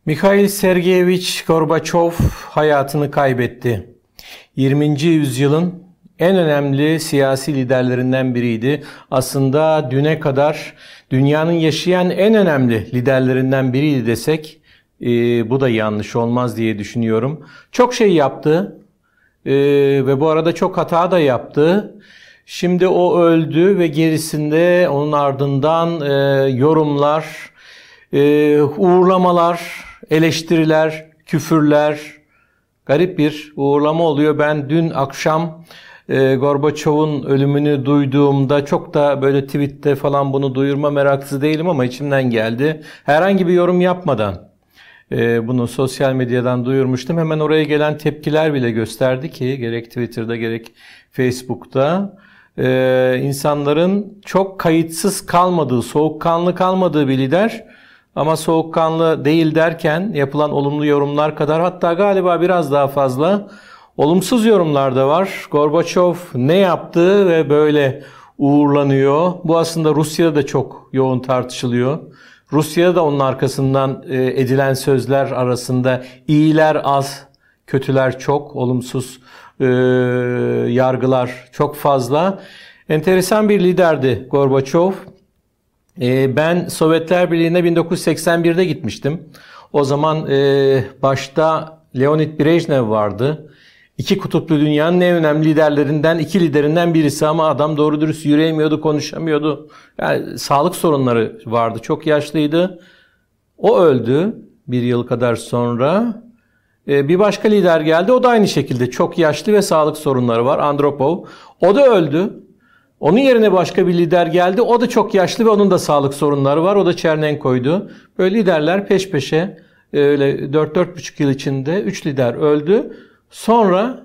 Mikhail Sergeyevich Gorbaçov hayatını kaybetti. 20. yüzyılın en önemli siyasi liderlerinden biriydi. Aslında düne kadar dünyanın yaşayan en önemli liderlerinden biriydi desek bu da yanlış olmaz diye düşünüyorum. Çok şey yaptı ve bu arada çok hata da yaptı. Şimdi o öldü ve gerisinde onun ardından yorumlar, uğurlamalar, eleştiriler, küfürler, garip bir uğurlama oluyor. Ben dün akşam Gorbaçov'un ölümünü duyduğumda çok da böyle tweette falan bunu duyurma meraklısı değilim ama içimden geldi. Herhangi bir yorum yapmadan bunu sosyal medyadan duyurmuştum. Hemen oraya gelen tepkiler bile gösterdi ki gerek Twitter'da gerek Facebook'ta insanların çok kayıtsız kalmadığı, soğukkanlı kalmadığı bir lider. Ama soğukkanlı değil derken yapılan olumlu yorumlar kadar, hatta galiba biraz daha fazla olumsuz yorumlar da var. Gorbaçov ne yaptı ve böyle uğurlanıyor? Bu aslında Rusya'da da çok yoğun tartışılıyor. Rusya'da da onun arkasından edilen sözler arasında iyiler az, kötüler çok, olumsuz yargılar çok fazla. Enteresan bir liderdi Gorbaçov. Ben Sovyetler Birliği'ne 1981'de gitmiştim. O zaman başta Leonid Brejnev vardı. İki kutuplu dünyanın en önemli iki liderinden birisi ama adam doğru dürüst yürüyemiyordu, konuşamıyordu. Yani sağlık sorunları vardı. Çok yaşlıydı. O öldü bir yıl kadar sonra. Bir başka lider geldi. O da aynı şekilde çok yaşlı ve sağlık sorunları var. Andropov. O da öldü. Onun yerine başka bir lider geldi. O da çok yaşlı ve onun da sağlık sorunları var. O da Chernenko'ydu. Böyle liderler peş peşe öyle 4-4,5 yıl içinde 3 lider öldü. Sonra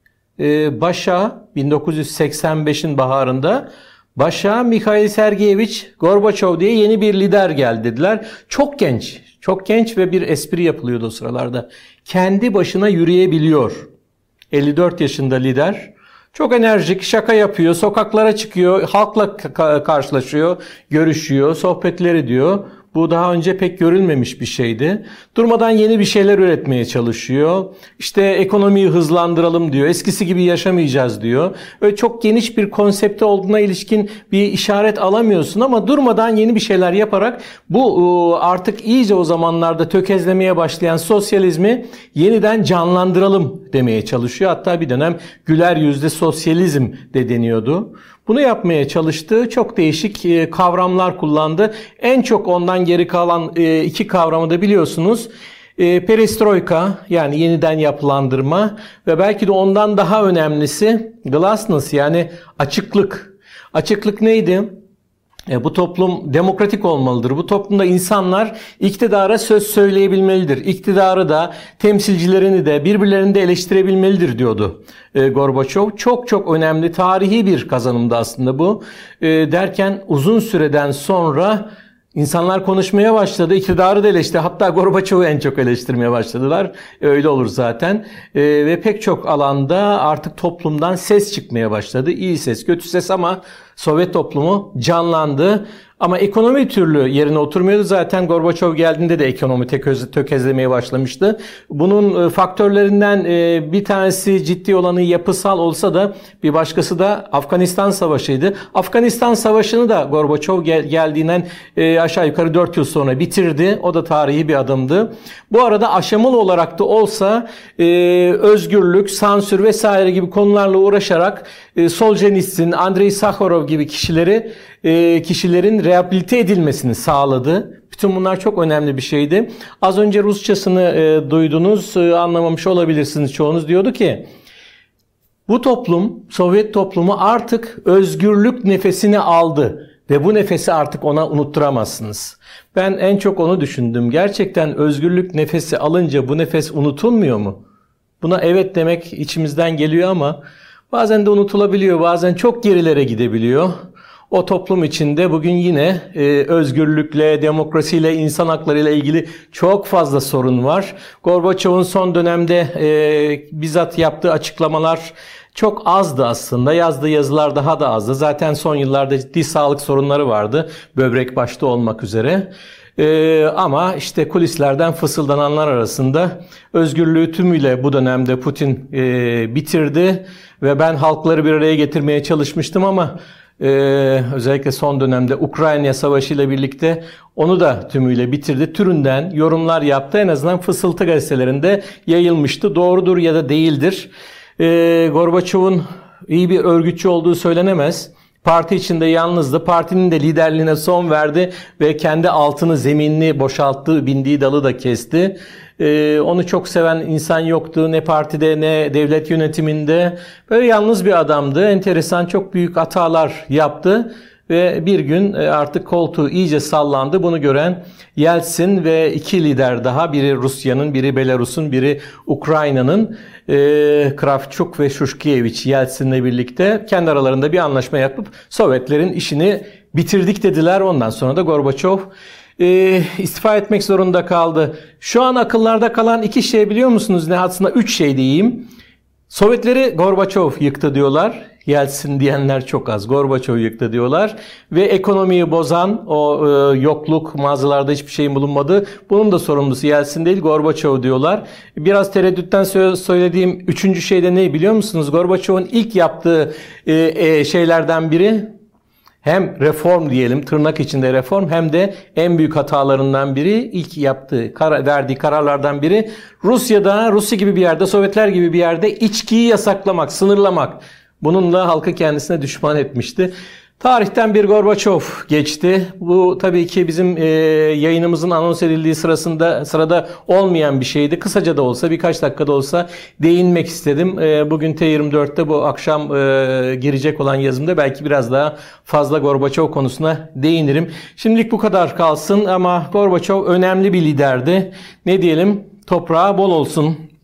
başa 1985'in baharında başa Mikhail Sergeyevich Gorbaçov diye yeni bir lider geldi dediler. Çok genç. Çok genç ve bir espri yapılıyordu o sıralarda. Kendi başına yürüyebiliyor. 54 yaşında lider. Çok enerjik, şaka yapıyor, sokaklara çıkıyor, halkla karşılaşıyor, görüşüyor, sohbetler ediyor. Bu daha önce pek görülmemiş bir şeydi. Durmadan yeni bir şeyler üretmeye çalışıyor. İşte ekonomiyi hızlandıralım diyor. Eskisi gibi yaşamayacağız diyor. Öyle çok geniş bir konsepte olduğuna ilişkin bir işaret alamıyorsun ama durmadan yeni bir şeyler yaparak bu artık iyice o zamanlarda tökezlemeye başlayan sosyalizmi yeniden canlandıralım demeye çalışıyor. Hatta bir dönem güler yüzlü sosyalizm de deniyordu. Bunu yapmaya çalıştı. Çok değişik kavramlar kullandı. En çok ondan geri kalan iki kavramı da biliyorsunuz. Perestroika, yani yeniden yapılandırma ve belki de ondan daha önemlisi glasnost, yani açıklık. Açıklık neydi? Bu toplum demokratik olmalıdır. Bu toplumda insanlar iktidara söz söyleyebilmelidir. İktidarı da, temsilcilerini de, birbirlerini de eleştirebilmelidir diyordu Gorbaçov. Çok çok önemli, tarihi bir kazanımdı aslında bu. Derken uzun süreden sonra İnsanlar konuşmaya başladı, iktidarı da eleştirdi. Hatta Gorbaçov'u en çok eleştirmeye başladılar. Öyle olur zaten. Ve pek çok alanda artık toplumdan ses çıkmaya başladı. İyi ses, kötü ses ama Sovyet toplumu canlandı. Ama ekonomi türlü yerine oturmuyordu. Zaten Gorbaçov geldiğinde de ekonomi tökezlemeye başlamıştı. Bunun faktörlerinden bir tanesi ciddi olanı yapısal olsa da bir başkası da Afganistan Savaşı'ydı. Afganistan Savaşı'nı da Gorbaçov geldiğinden aşağı yukarı 4 yıl sonra bitirdi. O da tarihi bir adımdı. Bu arada aşamalı olarak da olsa özgürlük, sansür vesaire gibi konularla uğraşarak Solzhenitsyn, Andrei Sakharov gibi kişilerin rehabilite edilmesini sağladı. Bütün bunlar çok önemli bir şeydi. Az önce Rusçasını duydunuz, anlamamış olabilirsiniz çoğunuz. Diyordu ki, bu toplum, Sovyet toplumu artık özgürlük nefesini aldı ve bu nefesi artık ona unutturamazsınız. Ben en çok onu düşündüm. Gerçekten özgürlük nefesi alınca bu nefes unutulmuyor mu? Buna evet demek içimizden geliyor ama bazen de unutulabiliyor, bazen çok gerilere gidebiliyor. O toplum içinde bugün yine özgürlükle, demokrasiyle, insan haklarıyla ilgili çok fazla sorun var. Gorbaçov'un son dönemde bizzat yaptığı açıklamalar çok azdı aslında. Yazdığı yazılar daha da azdı. Zaten son yıllarda ciddi sağlık sorunları vardı. Böbrek başta olmak üzere. Ama işte kulislerden fısıldananlar arasında özgürlüğü tümüyle bu dönemde Putin bitirdi ve ben halkları bir araya getirmeye çalışmıştım ama özellikle son dönemde Ukrayna Savaşı ile birlikte onu da tümüyle bitirdi türünden yorumlar yaptı. En azından fısıltı gazetelerinde yayılmıştı. Doğrudur ya da değildir. Gorbaçov'un iyi bir örgütçü olduğu söylenemez. Parti içinde yalnızdı. Partinin de liderliğine son verdi ve kendi altını, zeminini boşalttı, bindiği dalı da kesti. Onu çok seven insan yoktu. Ne partide ne devlet yönetiminde. Böyle yalnız bir adamdı. Enteresan, çok büyük hatalar yaptı. Ve bir gün artık koltuğu iyice sallandı. Bunu gören Yeltsin ve iki lider daha, biri Rusya'nın, biri Belarus'un, biri Ukrayna'nın, Kravçuk ve Şuşkiyeviç Yeltsin'le birlikte kendi aralarında bir anlaşma yapıp Sovyetlerin işini bitirdik dediler. Ondan sonra da Gorbaçov istifa etmek zorunda kaldı. Şu an akıllarda kalan iki şey biliyor musunuz? Ne, aslında üç şey diyeyim. Sovyetleri Gorbaçov yıktı diyorlar. Yeltsin diyenler çok az. Gorbaçov yıktı diyorlar. Ve ekonomiyi bozan o yokluk, mağazalarda hiçbir şeyin bulunmadığı, bunun da sorumlusu Yeltsin değil, Gorbaçov diyorlar. Biraz tereddütten söylediğim üçüncü şey de ne biliyor musunuz? Gorbaçov'un ilk yaptığı şeylerden biri, hem reform diyelim, tırnak içinde reform, hem de en büyük hatalarından biri, ilk yaptığı, verdiği kararlardan biri, Rusya gibi bir yerde, Sovyetler gibi bir yerde içkiyi yasaklamak, sınırlamak. Bununla halkı kendisine düşman etmişti. Tarihten bir Gorbaçov geçti. Bu tabii ki bizim yayınımızın anons edildiği sırada olmayan bir şeydi. Kısaca da olsa, birkaç dakikada olsa değinmek istedim. Bugün T24'te bu akşam girecek olan yazımda belki biraz daha fazla Gorbaçov konusuna değinirim. Şimdilik bu kadar kalsın ama Gorbaçov önemli bir liderdi. Ne diyelim? Toprağı bol olsun.